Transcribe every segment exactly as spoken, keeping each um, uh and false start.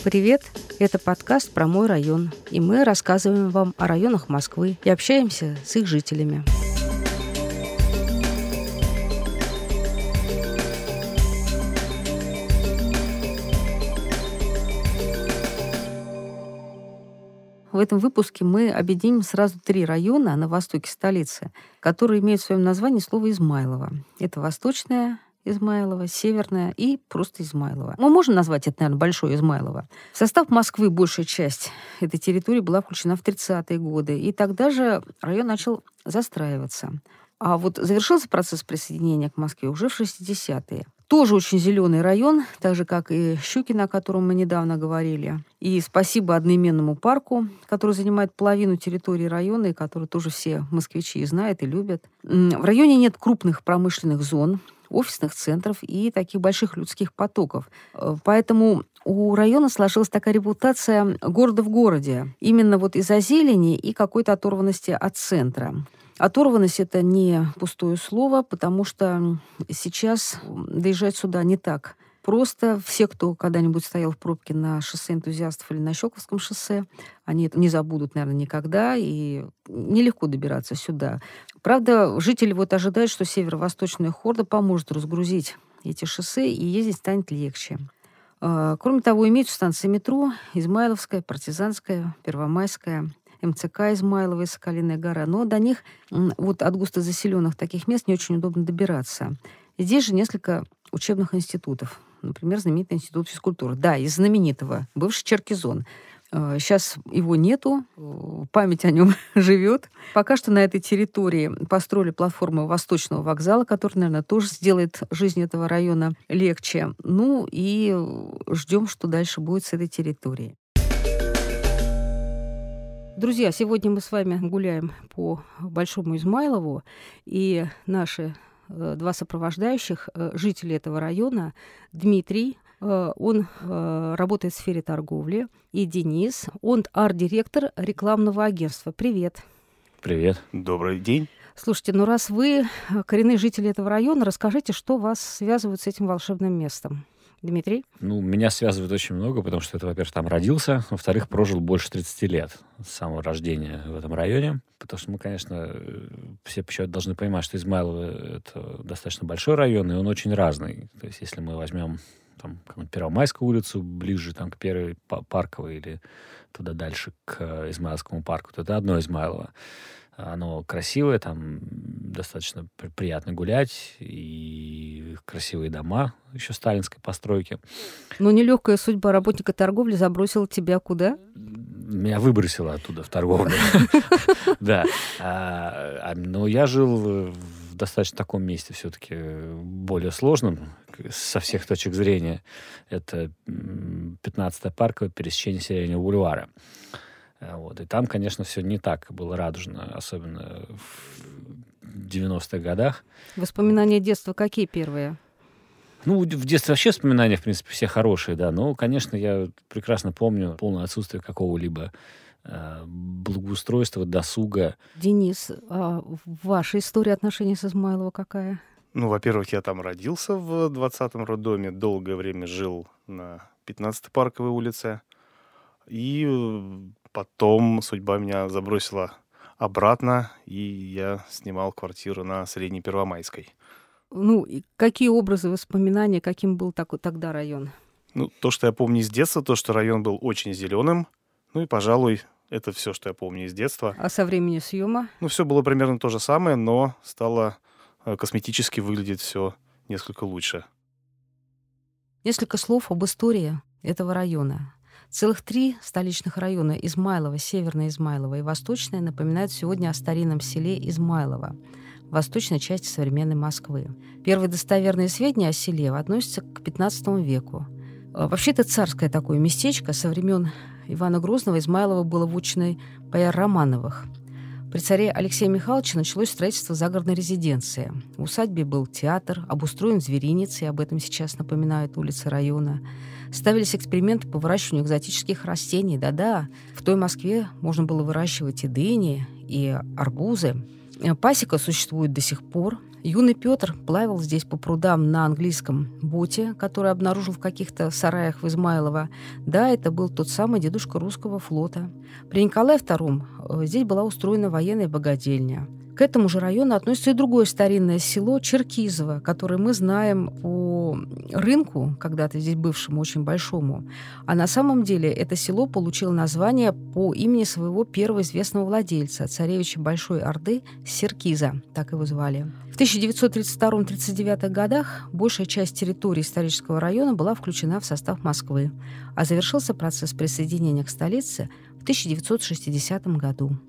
Привет! Это подкаст про мой район, и мы рассказываем вам о районах Москвы и общаемся с их жителями. В этом выпуске мы объединим сразу три района на востоке столицы, которые имеют в своем названии слово «Измайлово». Это Восточная Измайлово, Северная и просто Измайлово. Мы можем назвать это, наверное, Большое Измайлово. В состав Москвы большая часть этой территории была включена в тридцатые годы, и тогда же район начал застраиваться. А вот завершился процесс присоединения к Москве уже в шестидесятые. Тоже очень зеленый район, так же, как и Щукино, о котором мы недавно говорили. И спасибо одноименному парку, который занимает половину территории района, и который тоже все москвичи знают и любят. В районе нет крупных промышленных зон, офисных центров и таких больших людских потоков. Поэтому у района сложилась такая репутация города в городе. Именно вот из-за зелени и какой-то оторванности от центра. Оторванность — это не пустое слово, потому что сейчас доезжать сюда не так просто. Все, кто когда-нибудь стоял в пробке на шоссе Энтузиастов или на Щелковском шоссе, они это не забудут, наверное, никогда, и нелегко добираться сюда. Правда, жители вот ожидают, что северо-восточная хорда поможет разгрузить эти шоссе, и ездить станет легче. Кроме того, имеются станции метро: Измайловская, Партизанская, Первомайская, эм цэ ка Измайлово и Соколиная гора. Но до них вот от густо заселенных таких мест не очень удобно добираться. Здесь же несколько учебных институтов. Например, знаменитый институт физкультуры. Да, из знаменитого, бывший Черкизон. Сейчас его нету, память о нем живет. Пока что на этой территории построили платформу Восточного вокзала, который, наверное, тоже сделает жизнь этого района легче. Ну и ждем, что дальше будет с этой территорией. Друзья, сегодня мы с вами гуляем по Большому Измайлову, и наши э, два сопровождающих, э, жители этого района, Дмитрий, э, он э, работает в сфере торговли, и Денис, он арт-директор рекламного агентства. Привет. Привет. Добрый день. Слушайте, ну раз вы коренные жители этого района, расскажите, что вас связывает с этим волшебным местом. Дмитрий? Ну, меня связывает очень много, потому что это, во-первых, там родился, во-вторых, прожил больше тридцати лет с самого рождения в этом районе. Потому что мы, конечно, все почему-то должны понимать, что Измайлово — это достаточно большой район, и он очень разный. То есть, если мы возьмем там Первомайскую улицу, ближе там, к Первой Парковой или туда дальше, к Измайловскому парку, то это одно Измайлово. Оно красивое, там достаточно приятно гулять, и красивые дома еще сталинской постройки. Но нелегкая судьба работника торговли забросила тебя куда? Меня выбросило оттуда в торговлю. Да. Но я жил в достаточно таком месте все-таки более сложном со всех точек зрения. Это пятнадцатая Парковая, пересечение Сиреневого бульвара. Вот. И там, конечно, все не так было радужно, особенно в девяностых годах. Воспоминания детства какие первые? Ну, в детстве вообще воспоминания, в принципе, все хорошие, да. Но, конечно, я прекрасно помню полное отсутствие какого-либо э, благоустройства, досуга. Денис, а ваша история отношений с Измайлово какая? Ну, во-первых, я там родился в двадцатом роддоме, долгое время жил на пятнадцатой Парковой улице. И потом судьба меня забросила обратно, и я снимал квартиру на Средней Первомайской. Ну, и какие образы, воспоминания, каким был такой, тогда район? Ну, то, что я помню из детства, то, что район был очень зеленым. Ну и, пожалуй, это все, что я помню из детства. А со времени съема? Ну, все было примерно то же самое, но стало косметически выглядеть все несколько лучше. Несколько слов об истории этого района. Целых три столичных района — Измайлово, Северное Измайлово и Восточное — напоминают сегодня о старинном селе Измайлово, восточной части современной Москвы. Первые достоверные сведения о селе относятся к пятнадцатому веку. Вообще, это царское такое местечко. Со времен Ивана Грозного Измайлово было вотчиной бояр Романовых. При царе Алексее Михайловиче началось строительство загородной резиденции. В усадьбе был театр, обустроен зверинец, и об этом сейчас напоминают улицы района. Ставились эксперименты по выращиванию экзотических растений. Да-да, в той Москве можно было выращивать и дыни, и арбузы. Пасека существует до сих пор. Юный Петр плавал здесь по прудам на английском боте, который обнаружил в каких-то сараях в Измайлово. Да, это был тот самый дедушка русского флота. При Николае втором здесь была устроена военная богадельня. К этому же району относится и другое старинное село Черкизово, которое мы знаем по рынку, когда-то здесь бывшему, очень большому. А на самом деле это село получило название по имени своего первого известного владельца, царевича Большой Орды Серкиза, так его звали. В тысяча девятьсот тридцать втором — тридцать девятом годах большая часть территории исторического района была включена в состав Москвы, а завершился процесс присоединения к столице в тысяча девятьсот шестидесятом году.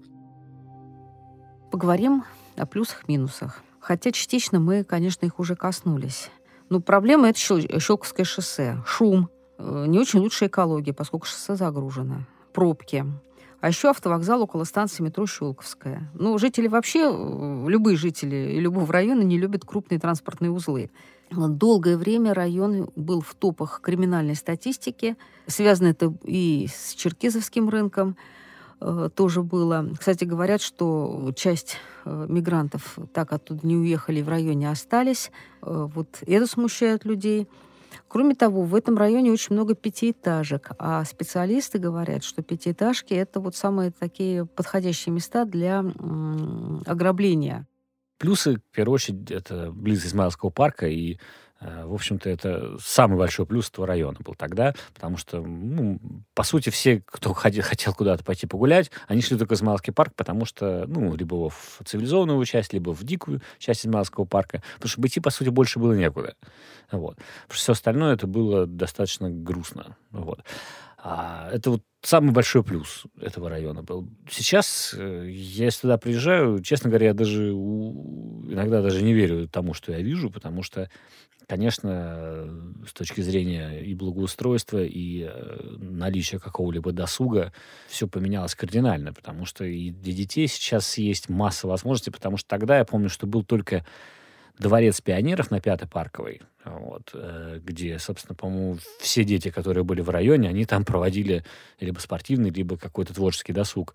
Поговорим о плюсах-минусах. Хотя частично мы, конечно, их уже коснулись. Но проблема — это Щелковское шоссе. Шум, не очень лучшая экология, поскольку шоссе загружено. Пробки. А еще автовокзал около станции метро Щелковская. Ну, жители вообще, любые жители любого района не любят крупные транспортные узлы. Долгое время район был в топах криминальной статистики. Связано это и с Черкизовским рынком. Тоже было. Кстати, говорят, что часть мигрантов так оттуда не уехали, в районе остались. Вот это смущает людей. Кроме того, в этом районе очень много пятиэтажек, а специалисты говорят, что пятиэтажки — это вот самые такие подходящие места для м- ограбления. Плюсы, в первую очередь, это близость Измайловского парка, и, в общем-то, это самый большой плюс этого района был тогда, потому что, ну, по сути, все, кто хотел, хотел куда-то пойти погулять, они шли только в Измайловский парк, потому что, ну, либо в цивилизованную часть, либо в дикую часть Измайловского парка, потому что идти, по сути, больше было некуда. Вот. Потому что все остальное это было достаточно грустно. Вот. А это вот самый большой плюс этого района был. Сейчас, я если туда приезжаю, честно говоря, я даже у... иногда даже не верю тому, что я вижу, потому что, конечно, с точки зрения и благоустройства, и наличия какого-либо досуга, все поменялось кардинально, потому что и для детей сейчас есть масса возможностей, потому что тогда я помню, что был только Дворец пионеров на Пятой Парковой, вот, где, собственно, по-моему, все дети, которые были в районе, они там проводили либо спортивный, либо какой-то творческий досуг.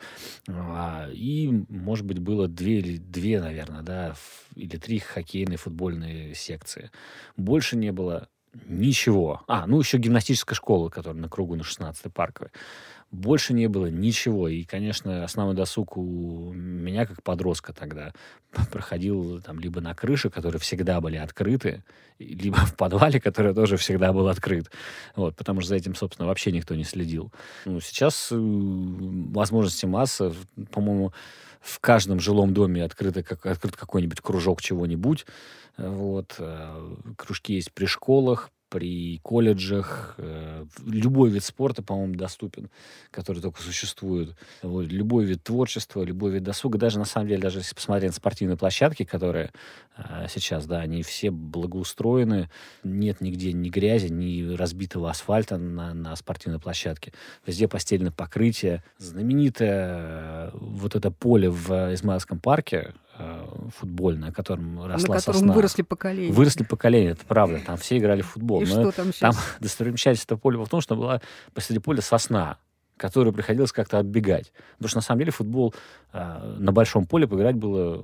И, может быть, было две, или две, наверное, да, или три хоккейные, футбольные секции. Больше не было ничего. А, ну, еще гимнастическая школа, которая на кругу на шестнадцатой Парковой. Больше не было ничего. И, конечно, основной досуг у меня, как подростка тогда, проходил там либо на крыше, которые всегда были открыты, либо в подвале, который тоже всегда был открыт. Вот, потому что за этим, собственно, вообще никто не следил. Ну, сейчас возможности масса. По-моему, в каждом жилом доме открыт, как, открыт какой-нибудь кружок чего-нибудь. Вот. Кружки есть при школах, при колледжах. Любой вид спорта, по-моему, доступен, который только существует. Вот. Любой вид творчества, любой вид досуга. Даже, на самом деле, даже если посмотреть на спортивные площадки, которые а, сейчас, да, они все благоустроены. Нет нигде ни грязи, ни разбитого асфальта на, на спортивной площадке. Везде постельное покрытие. Знаменитое вот это поле в Измайловском парке, футбольная, на котором росла на котором сосна. выросли поколения. Выросли поколения, это правда. Там все играли в футбол. И Но что там сейчас? Там достопримечательство поля было в том, что была посреди поля сосна, которую приходилось как-то оббегать. Потому что, на самом деле, футбол э, на большом поле поиграть было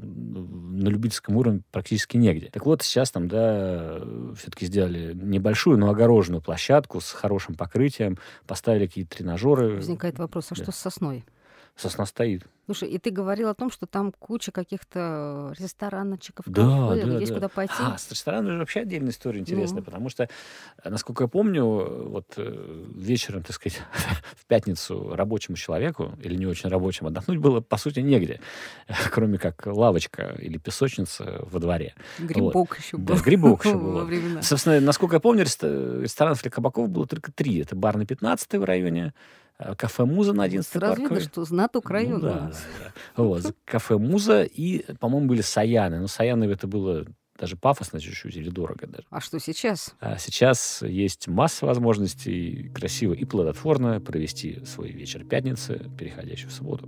на любительском уровне практически негде. Так вот, сейчас там, да, все-таки сделали небольшую, но огороженную площадку с хорошим покрытием, поставили какие-то тренажеры. Возникает вопрос, а да. что с сосной? Сосна стоит. Слушай, и ты говорил о том, что там куча каких-то ресторанчиков, да, кафе, да, есть да. куда пойти. А, с рестораном же вообще отдельная история интересная, ну. потому что, насколько я помню, вот вечером, так сказать, в пятницу рабочему человеку, или не очень рабочему, отдохнуть было, по сути, негде, кроме как лавочка или песочница во дворе. Грибок вот. еще был. Да, грибок еще был. Времена. Собственно, насколько я помню, ресторанов для кабаков было только три. Это бар на пятнадцатой в районе, кафе «Муза» на одиннадцатой Сразу Парковой. видно, что знаток района. Ну, да, да, да. Вот. Кафе «Муза» и, по-моему, были «Саяны». Но «Саяны» это было даже пафосно чуть-чуть или дорого даже. А что сейчас? А сейчас есть масса возможностей красиво и плодотворно провести свой вечер пятницы, переходящий в субботу.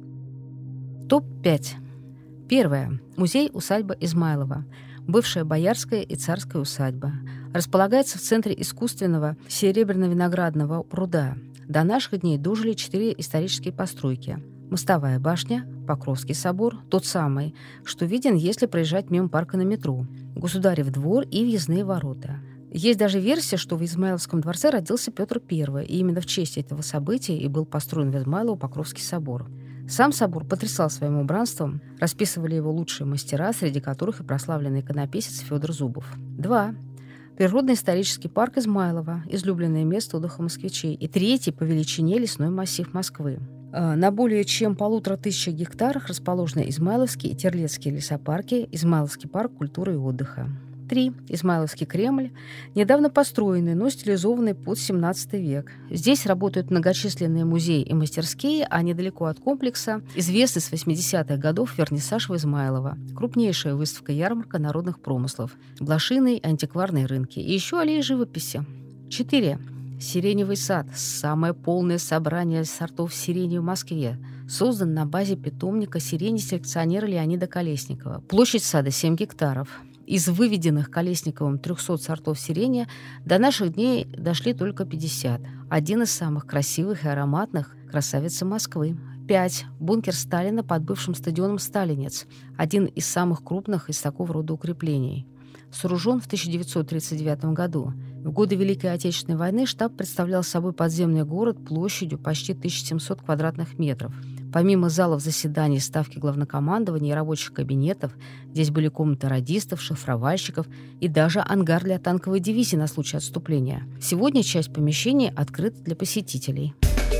топ пять. Первое. Музей-усадьба Измайлова. Бывшая боярская и царская усадьба. Располагается в центре искусственного серебряно-виноградного пруда. До наших дней дожили четыре исторические постройки. Мостовая башня, Покровский собор, тот самый, что виден, если проезжать мимо парка на метро, Государев двор и въездные ворота. Есть даже версия, что в Измайловском дворце родился Петр Первый, и именно в честь этого события и был построен в Измайлово Покровский собор. Сам собор потрясал своим убранством, расписывали его лучшие мастера, среди которых и прославленный иконописец Федор Зубов. Два. Природно-исторический парк Измайлово, излюбленное место отдыха москвичей, и третий по величине лесной массив Москвы. На более чем полутора тысячах гектарах расположены Измайловские и Терлецкие лесопарки, Измайловский парк культуры и отдыха. Три. Измайловский Кремль, недавно построенный, но стилизованный под семнадцатый век. Здесь работают многочисленные музеи и мастерские, а недалеко от комплекса известный с восьмидесятых годов вернисаж в Измайлово, крупнейшая выставка-ярмарка народных промыслов, блошиные антикварные рынки и еще аллеи живописи. Четыре. Сиреневый сад, самое полное собрание сортов сирени в Москве, создан на базе питомника сирени селекционера Леонида Колесникова. Площадь сада семь гектаров. Из выведенных Колесниковым трехсот сортов сирени до наших дней дошли только пятьдесят. Один из самых красивых и ароматных – красавица Москвы. Пять. Бункер Сталина под бывшим стадионом «Сталинец». Один из самых крупных из такого рода укреплений. Сооружен в тысяча девятьсот тридцать девятом году. В годы Великой Отечественной войны штаб представлял собой подземный город площадью почти тысяча семьсот квадратных метров. Помимо залов заседаний, ставки главнокомандования и рабочих кабинетов, здесь были комнаты радистов, шифровальщиков и даже ангар для танковой дивизии на случай отступления. Сегодня часть помещений открыта для посетителей.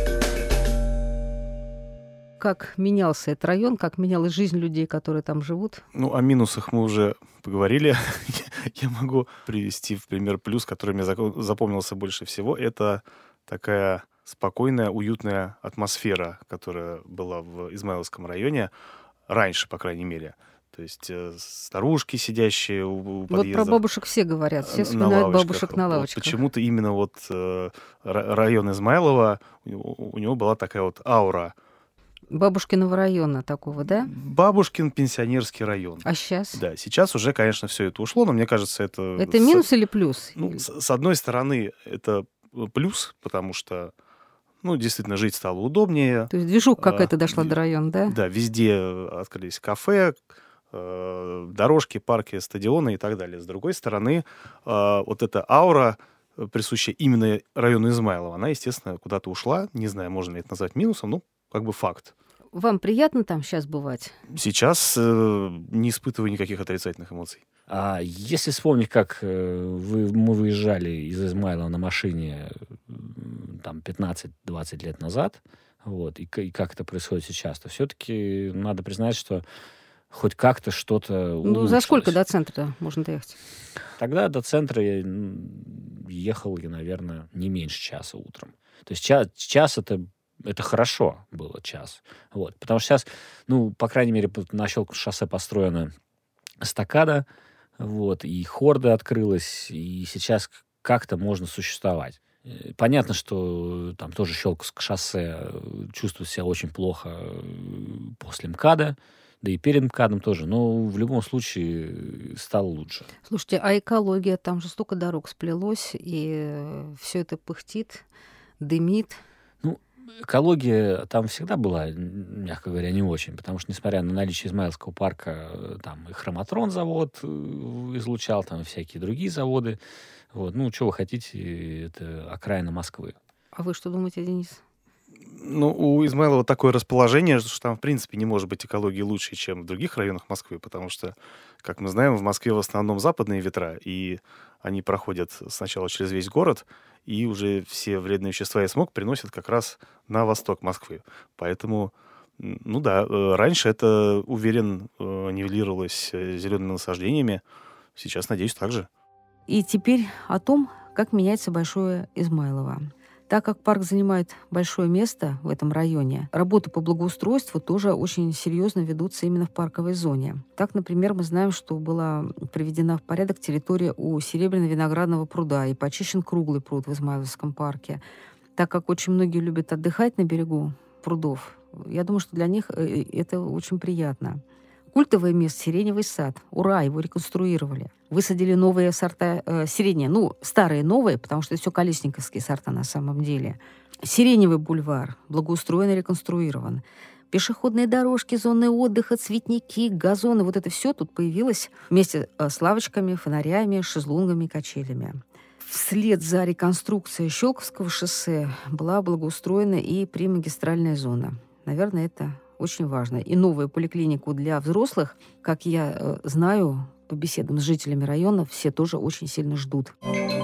Как менялся этот район, как менялась жизнь людей, которые там живут? Ну, о минусах мы уже поговорили. Я могу привести в пример плюс, который мне запомнился больше всего. Это такая спокойная, уютная атмосфера, которая была в Измайловском районе, раньше, по крайней мере. То есть э, старушки, сидящие у, у подъезда. Вот про бабушек все говорят, все вспоминают бабушек на лавочках. Вот почему-то именно вот э, район Измайлова, у, у него была такая вот аура. Бабушкиного района такого, да? Бабушкин пенсионерский район. А сейчас? Да, сейчас уже, конечно, все это ушло, но мне кажется, это... Это минус с... или плюс? Ну, с, с одной стороны, это плюс, потому что ну, действительно, жить стало удобнее. То есть движуха какая-то а, дошла до района, да? Да, везде открылись кафе, дорожки, парки, стадионы и так далее. С другой стороны, вот эта аура, присущая именно району Измайлова, она, естественно, куда-то ушла. Не знаю, можно ли это назвать минусом, но как бы факт. Вам приятно там сейчас бывать? Сейчас э, не испытываю никаких отрицательных эмоций. А если вспомнить, как вы, мы выезжали из Измайлова на машине там, пятнадцать-двадцать лет назад, вот, и, и как это происходит сейчас, то все-таки надо признать, что хоть как-то что-то улучшилось. Ну, за сколько до центра можно доехать? Тогда до центра я ехал, я, наверное, не меньше часа утром. То есть час, час это... Это хорошо было, час. Вот. Потому что сейчас, ну, по крайней мере, на Щелковском шоссе построена эстакада, вот, и хорда открылась, и сейчас как-то можно существовать. Понятно, что там тоже Щелковское шоссе чувствует себя очень плохо после МКАДа, да и перед МКАДом тоже, но в любом случае стало лучше. Слушайте, а экология? Там же столько дорог сплелось, и все это пыхтит, дымит. Экология там всегда была, мягко говоря, не очень, потому что, несмотря на наличие Измайловского парка, там и Хроматрон завод излучал, там и всякие другие заводы. Вот. Ну, что вы хотите, это окраина Москвы. А вы что думаете, Денис? Ну, у Измайлова такое расположение, что там, в принципе, не может быть экологии лучше, чем в других районах Москвы, потому что, как мы знаем, в Москве в основном западные ветра, и они проходят сначала через весь город, и уже все вредные вещества и смог приносят как раз на восток Москвы. Поэтому, ну да, раньше это, уверен, нивелировалось зелеными насаждениями. Сейчас, надеюсь, так же. И теперь о том, как меняется Большое Измайлово. Так как парк занимает большое место в этом районе, работы по благоустройству тоже очень серьезно ведутся именно в парковой зоне. Так, например, мы знаем, что была приведена в порядок территория у Серебряно-Виноградного пруда и почищен круглый пруд в Измайловском парке. Так как очень многие любят отдыхать на берегу прудов, я думаю, что для них это очень приятно. Культовое место — Сиреневый сад. Ура, его реконструировали. Высадили новые сорта э, сирени. Ну, старые новые, потому что это все колесниковские сорта на самом деле. Сиреневый бульвар благоустроен и реконструирован. Пешеходные дорожки, зоны отдыха, цветники, газоны. Вот это все тут появилось вместе с лавочками, фонарями, шезлонгами, качелями. Вслед за реконструкцией Щелковского шоссе была благоустроена и примагистральная зона. Наверное, это очень важно. И новую поликлинику для взрослых, как я э, знаю по беседам с жителями района, все тоже очень сильно ждут.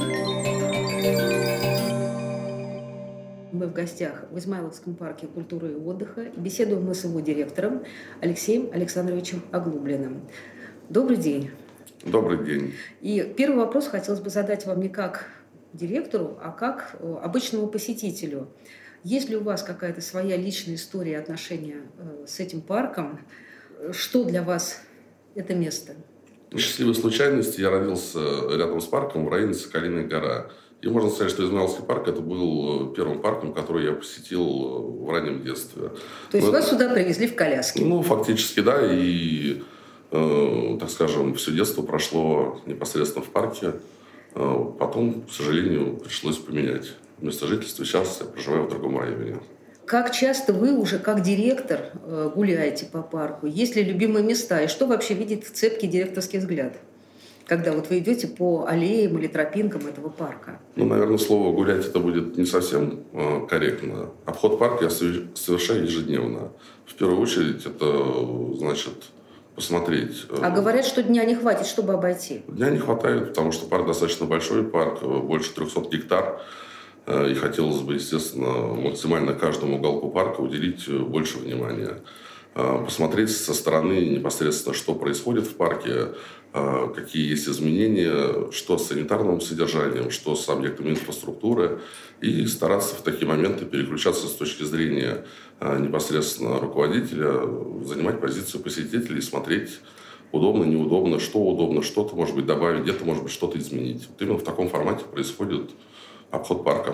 Мы в гостях в Измайловском парке культуры и отдыха. Беседуем мы с его директором Алексеем Александровичем Оглублиным. Добрый день. Добрый день. И первый вопрос хотелось бы задать вам не как директору, а как обычному посетителю. Есть ли у вас какая-то своя личная история отношения с этим парком? Что для вас это место? По счастливой случайности я родился рядом с парком в районе Соколиная гора. И можно сказать, что Измайловский парк это был первым парком, который я посетил в раннем детстве. То есть Но вас это... сюда привезли в коляске? Ну, фактически, да. И, э, так скажем, все детство прошло непосредственно в парке. Э, потом, к сожалению, пришлось поменять место жительства. Сейчас я проживаю в другом районе. Как часто вы уже, как директор, гуляете по парку? Есть ли любимые места? И что вообще видит цепкий директорский взгляд, когда вот вы идете по аллеям или тропинкам этого парка? Ну, наверное, слово «гулять» это будет не совсем э, корректно. Обход парка я совершаю ежедневно. В первую очередь это, значит, посмотреть. Э, а говорят, что дня не хватит, чтобы обойти. Дня не хватает, потому что парк достаточно большой, парк больше трехсот гектар. И хотелось бы, естественно, максимально каждому уголку парка уделить больше внимания. Посмотреть со стороны непосредственно, что происходит в парке, какие есть изменения, что с санитарным содержанием, что с объектами инфраструктуры. И стараться в такие моменты переключаться с точки зрения непосредственно руководителя, занимать позицию посетителей, смотреть, удобно, неудобно, что удобно, что-то, может быть, добавить, где-то, может быть, что-то изменить. Вот именно в таком формате происходит обход парка.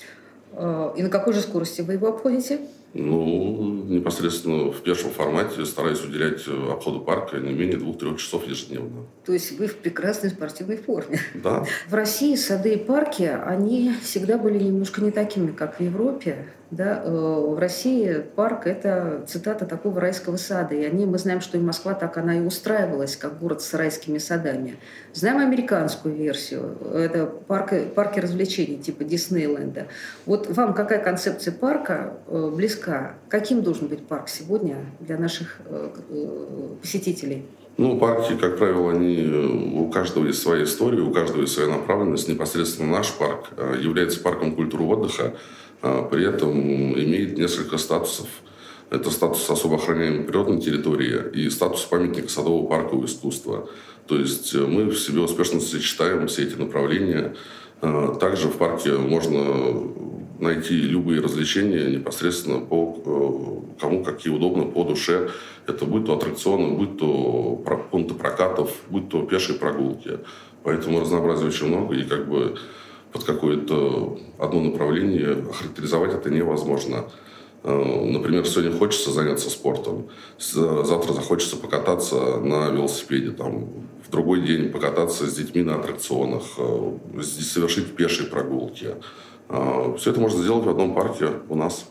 И на какой же скорости вы его обходите? Ну, непосредственно в пешем формате стараюсь уделять обходу парка не менее двух-трех часов ежедневно. То есть вы в прекрасной спортивной форме. Да. В России сады и парки, они всегда были немножко не такими, как в Европе. Да? В России парк – это цитата такого райского сада. И они, мы знаем, что и Москва так она и устраивалась, как город с райскими садами. Знаем американскую версию. Это парки, парки развлечений типа Диснейленда. Вот вам какая концепция парка близка? Каким должен быть парк сегодня для наших посетителей? Ну, парки, как правило, они, у каждого есть своя история, у каждого есть своя направленность. Непосредственно наш парк является парком культуры отдыха, при этом имеет несколько статусов. Это статус особо охраняемой природной территории и статус памятника садового паркового искусства. То есть мы в себе успешно сочетаем все эти направления. Также в парке можно найти любые развлечения непосредственно по кому какие удобно, по душе. Это будь то аттракционы, будь то пункты прокатов, будь то пешие прогулки. Поэтому разнообразия очень много, и как бы под какое-то одно направление охарактеризовать это невозможно. Например, сегодня хочется заняться спортом, завтра захочется покататься на велосипеде, там, в другой день покататься с детьми на аттракционах, совершить пешие прогулки. Все это можно сделать в одном парке у нас.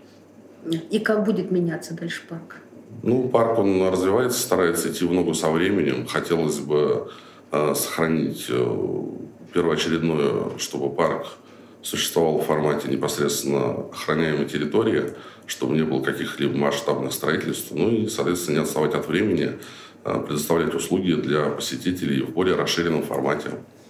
И как будет меняться дальше парк? Ну, парк, он развивается, старается идти в ногу со временем. Хотелось бы э, сохранить э, первоочередное, чтобы парк существовал в формате непосредственно охраняемой территории, чтобы не было каких-либо масштабных строительств. Ну и, соответственно, не отставать от времени, э, предоставлять услуги для посетителей в более расширенном формате.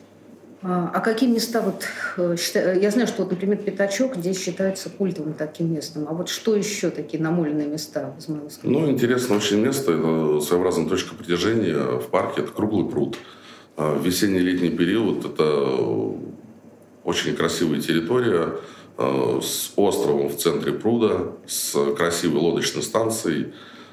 А какие места, вот, я знаю, что, вот, например, Пятачок здесь считается культовым таким местом, а вот что еще такие намоленные места в Измайловском? Ну, интересное очень место, это своеобразная точка притяжения в парке, это круглый пруд. В весенний-летний период это очень красивая территория с островом в центре пруда, с красивой лодочной станцией,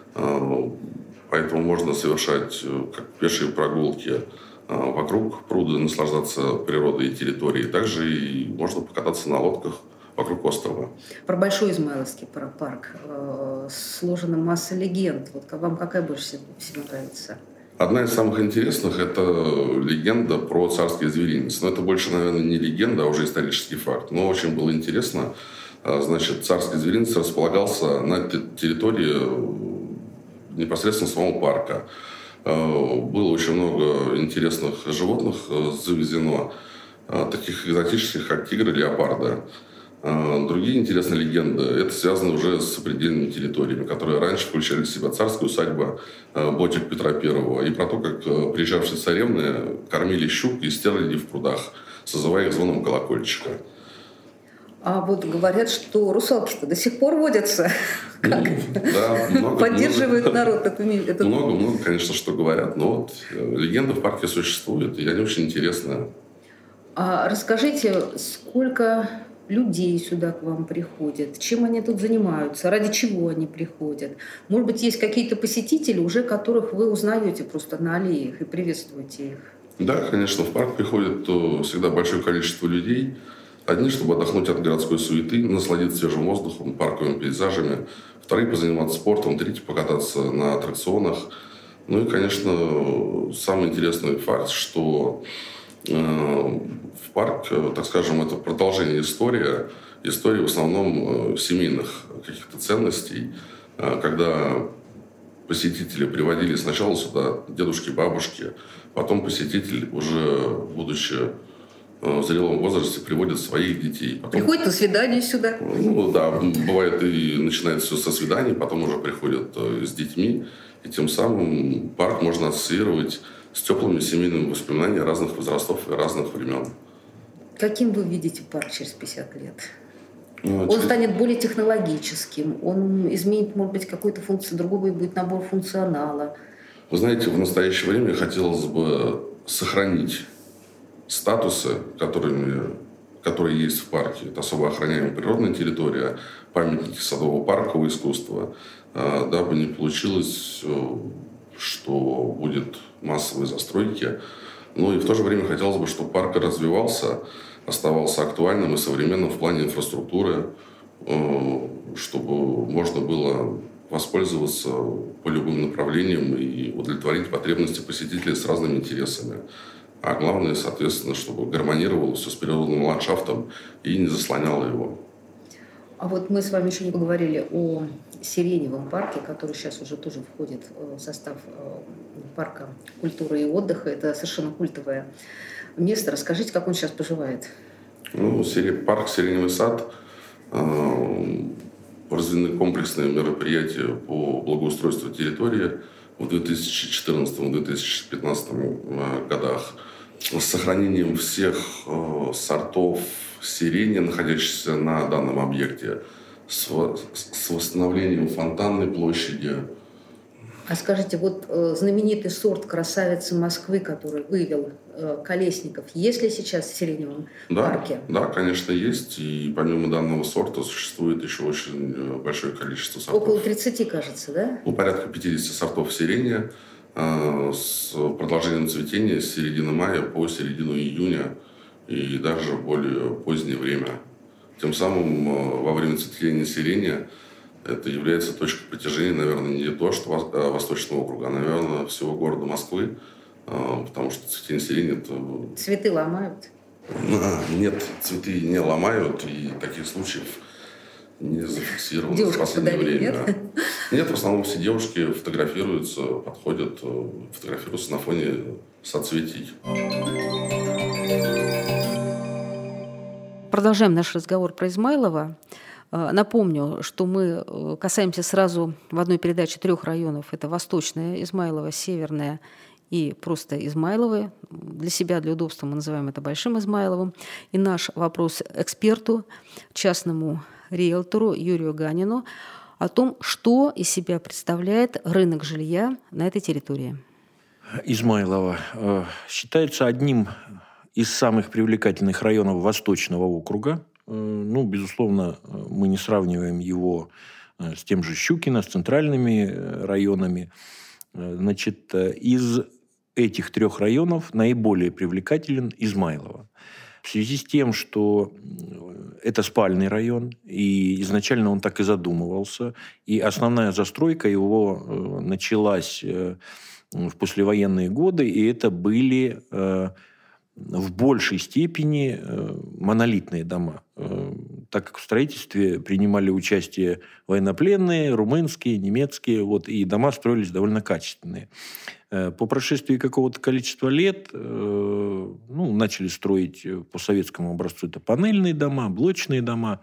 поэтому можно совершать как пешие прогулки вокруг пруда, наслаждаться природой и территорией. Также и можно покататься на лодках вокруг острова. Про Большой Измайловский парк э, сложена масса легенд. Вот вам какая больше всего нравится? Одна из самых интересных – это легенда про царский зверинец. Но это больше, наверное, не легенда, а уже исторический факт. Но очень было интересно. Значит, царский зверинец располагался на территории непосредственно самого парка. Было очень много интересных животных завезено, таких экзотических, как тигры, леопарды. Другие интересные легенды, это связано уже с сопредельными территориями, которые раньше включали в себя царская усадьба Ботик Петра Первого, и про то, как приезжавшие царевны кормили щук и стерлядей в прудах, созывая их звоном колокольчика. А вот говорят, что русалки-то до сих пор водятся. Как? Ну, да, много, поддерживает много, народ эту, эту... Много, много, конечно, что говорят. Но вот легенда в парке существует, и они очень интересные. А расскажите, сколько людей сюда к вам приходят? Чем они тут занимаются? Ради чего они приходят? Может быть, есть какие-то посетители, уже которых вы узнаете просто на аллеях и приветствуете их? Да, конечно, в парк приходит всегда большое количество людей. Одни, чтобы отдохнуть от городской суеты, насладиться свежим воздухом, парковыми пейзажами. Вторые, позаниматься спортом. Третьи, покататься на аттракционах. Ну и, конечно, самый интересный факт, что э, в парк, так скажем, это продолжение истории. Истории в основном семейных каких-то ценностей. Когда посетители приводили сначала сюда дедушки, бабушки, потом посетитель, уже будучи в зрелом возрасте, приводят своих детей. Потом, приходят на свидание сюда. Ну да, бывает и начинается все со свиданий, потом уже приходят с детьми. И тем самым парк можно ассоциировать с теплыми семейными воспоминаниями разных возрастов и разных времен. Каким вы видите парк через пятьдесят лет? Ну, он через... станет более технологическим, он изменит, может быть, какую-то функцию, другой будет набор функционала. Вы знаете, в настоящее время хотелось бы сохранить статусы, которыми, которые есть в парке. Это особо охраняемая природная территория, памятники садового паркового искусства, дабы не получилось, что будет массовые застройки. Ну и в то же время хотелось бы, чтобы парк развивался, оставался актуальным и современным в плане инфраструктуры, чтобы можно было воспользоваться по любым направлениям и удовлетворить потребности посетителей с разными интересами. А главное, соответственно, чтобы гармонировало все с природным ландшафтом и не заслоняло его. А вот мы с вами еще не поговорили о Сиреневом парке, который сейчас уже тоже входит в состав парка культуры и отдыха. Это совершенно культовое место. Расскажите, как он сейчас поживает? Ну, парк «Сиреневый сад», развиты комплексные мероприятия по благоустройству территории в две тысячи четырнадцатом — две тысячи пятнадцатом годах с сохранением всех сортов сирени, находящихся на данном объекте, с восстановлением фонтанной площади. А скажите, вот э, знаменитый сорт красавицы Москвы, который вывел э, Колесников, есть ли сейчас в Сиреневом да, парке? Да, конечно, есть. И помимо данного сорта существует еще очень большое количество сортов. Около тридцати, кажется, да? Ну, порядка пятидесяти сортов сирени э, с продолжением цветения с середины мая по середину июня и даже более позднее время. Тем самым э, во время цветения сирени это является точкой притяжения, наверное, не то, что Восточного округа, а, наверное, всего города Москвы, потому что цветение сирени – это… Цветы ломают? Нет, цветы не ломают, и таких случаев не зафиксировано в последнее время. Нет? Нет, в основном все девушки фотографируются, подходят, фотографируются на фоне соцветий. Продолжаем наш разговор про Измайлово. Напомню, что мы касаемся сразу в одной передаче трех районов. Это Восточное Измайлово, Северное и просто Измайлово. Для себя, для удобства мы называем это Большим Измайловым. И наш вопрос эксперту, частному риэлтору Юрию Ганину о том, что из себя представляет рынок жилья на этой территории. Измайлово считается одним из самых привлекательных районов Восточного округа. Ну, безусловно, мы не сравниваем его с тем же Щукино, с центральными районами. Значит, из этих трех районов наиболее привлекателен Измайлово. В связи с тем, что это спальный район, и изначально он так и задумывался, и основная застройка его началась в послевоенные годы, и это были в большей степени монолитные дома. так как в строительстве принимали участие военнопленные, румынские, немецкие, вот, и дома строились довольно качественные. По прошествии какого-то количества лет ну, начали строить по советскому образцу это панельные дома, блочные дома.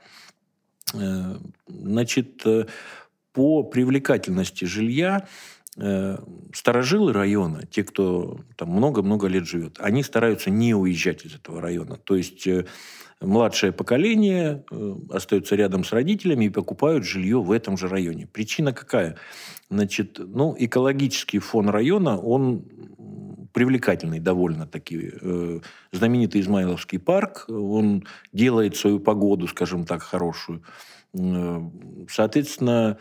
Значит, по привлекательности жилья старожилы района, те, кто там много-много лет живет, они стараются не уезжать из этого района. То есть младшее поколение остается рядом с родителями и покупают жилье в этом же районе. Причина какая? Значит, ну, экологический фон района, он привлекательный довольно-таки. Знаменитый Измайловский парк, он делает свою погоду, скажем так, хорошую. Соответственно,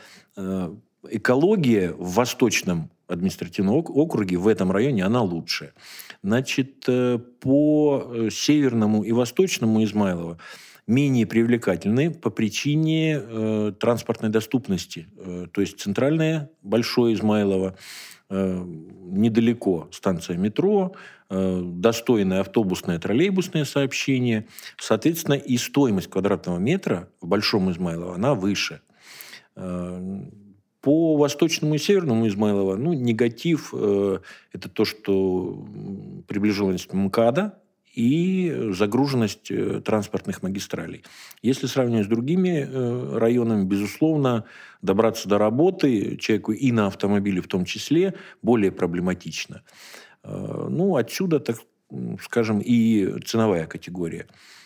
экология в Восточном административном округе, в этом районе, она лучшая. Значит, по Северному и Восточному Измайлово менее привлекательны по причине э, транспортной доступности. Э, то есть центральное Большое Измайлово, э, недалеко станция метро, э, достойное автобусное, троллейбусное сообщение. Соответственно, и стоимость квадратного метра в Большом Измайлово, она выше. Э, По Восточному и Северному Измайлово, ну, негатив э, – это то, что приближенность МКАДа и загруженность э, транспортных магистралей. Если сравнивать с другими э, районами, безусловно, добраться до работы человеку и на автомобиле в том числе более проблематично. Э, ну, отсюда, так скажем, и ценовая категория.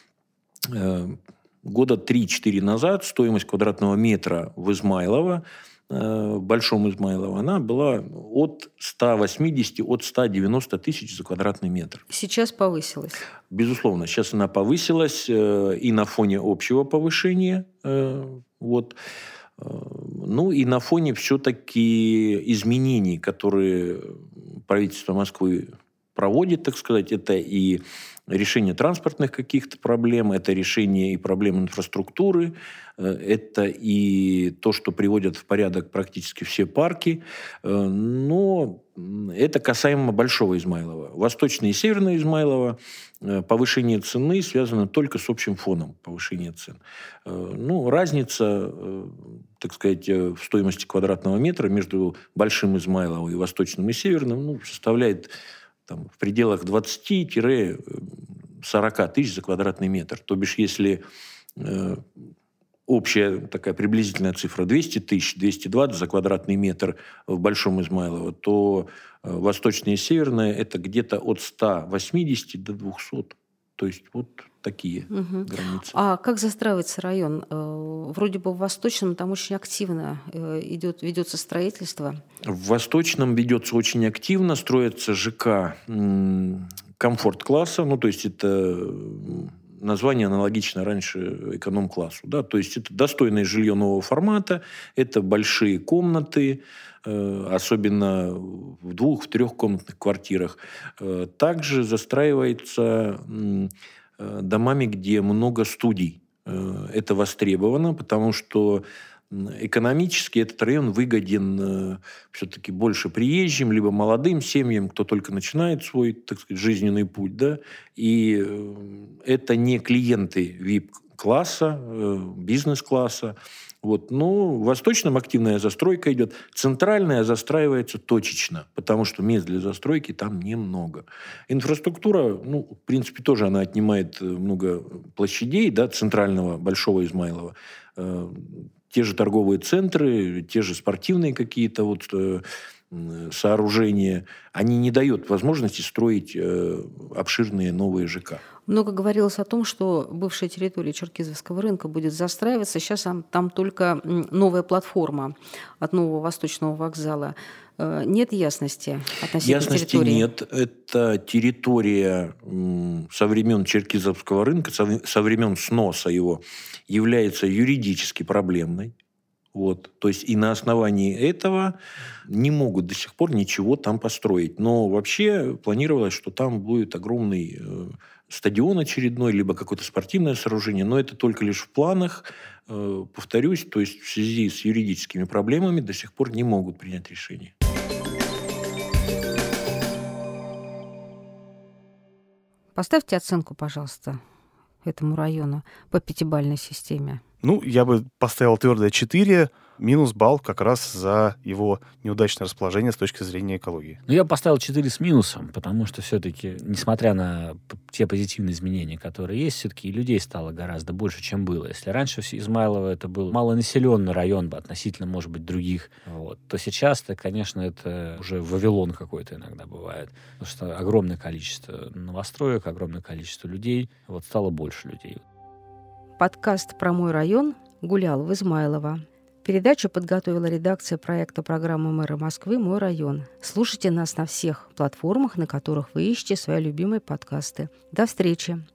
Э, года три-четыре назад стоимость квадратного метра в Измайлово, в Большом Измайлово, она была от ста восьмидесяти, от ста девяноста тысяч за квадратный метр. Сейчас повысилась? Безусловно. Сейчас она повысилась и на фоне общего повышения. Вот. Ну и на фоне все-таки изменений, которые правительство Москвы проводит, так сказать, это и решение транспортных каких-то проблем, это решение и проблем инфраструктуры, это и то, что приводят в порядок практически все парки. Но это касаемо Большого Измайлова. Восточное и Северное Измайлово повышение цены связано только с общим фоном повышения цен. Ну, разница, так сказать, в стоимости квадратного метра между Большим Измайловым и Восточным и Северным ну, составляет там, в пределах двадцати-сорока тысяч за квадратный метр. То бишь, если э, общая такая приблизительная цифра двести тысяч, двести двадцать за квадратный метр в Большом Измайлово, то э, Восточное и Северное – это где-то от ста восьмидесяти до двухсот. То есть, вот такие угу. границы. А как застраивается район? Вроде бы в Восточном там очень активно идет, ведется строительство. В Восточном ведется очень активно. Строится ЖК комфорт-класса. Ну, то есть, это название аналогично раньше эконом-классу. Да? То есть, это достойное жилье нового формата. Это большие комнаты, особенно в двух-в трехкомнатных квартирах. Также застраивается домами, где много студий. Это востребовано, потому что экономически этот район выгоден все-таки больше приезжим, либо молодым семьям, кто только начинает свой, так сказать, жизненный путь. Да? И это не клиенты ви ай пи-класса, бизнес-класса. Вот. Но в Восточном активная застройка идет. Центральная застраивается точечно, потому что мест для застройки там немного. Инфраструктура, ну, в принципе, тоже она отнимает много площадей, да, центрального Большого Измайлова. Э, те же торговые центры, те же спортивные какие-то вот, э, сооружения, они не дают возможности строить э, обширные новые ЖК. Много говорилось о том, что бывшая территория Черкизовского рынка будет застраиваться. Сейчас там только новая платформа от нового Восточного вокзала. Нет ясности относительно ясности территории? Нет. Это территория со времен Черкизовского рынка, со времен сноса его, является юридически проблемной. Вот. То есть и на основании этого не могут до сих пор ничего там построить. Но вообще планировалось, что там будет огромный э, стадион очередной, либо какое-то спортивное сооружение. Но это только лишь в планах. Э, повторюсь, то есть в связи с юридическими проблемами до сих пор не могут принять решение. Поставьте оценку, пожалуйста, этому району по пятибалльной системе? Ну, я бы поставил твердое четыре, минус балл как раз за его неудачное расположение с точки зрения экологии. Ну, я поставил четыре с минусом, потому что все-таки, несмотря на те позитивные изменения, которые есть, все-таки и людей стало гораздо больше, чем было. Если раньше Измайлово это был малонаселенный район относительно, может быть, других, вот, то сейчас-то, конечно, это уже Вавилон какой-то иногда бывает. Потому что огромное количество новостроек, огромное количество людей, вот стало больше людей. Подкаст про мой район гулял в Измайлово. Передачу подготовила редакция проекта программы мэра Москвы «Мой район». Слушайте нас на всех платформах, на которых вы ищете свои любимые подкасты. До встречи!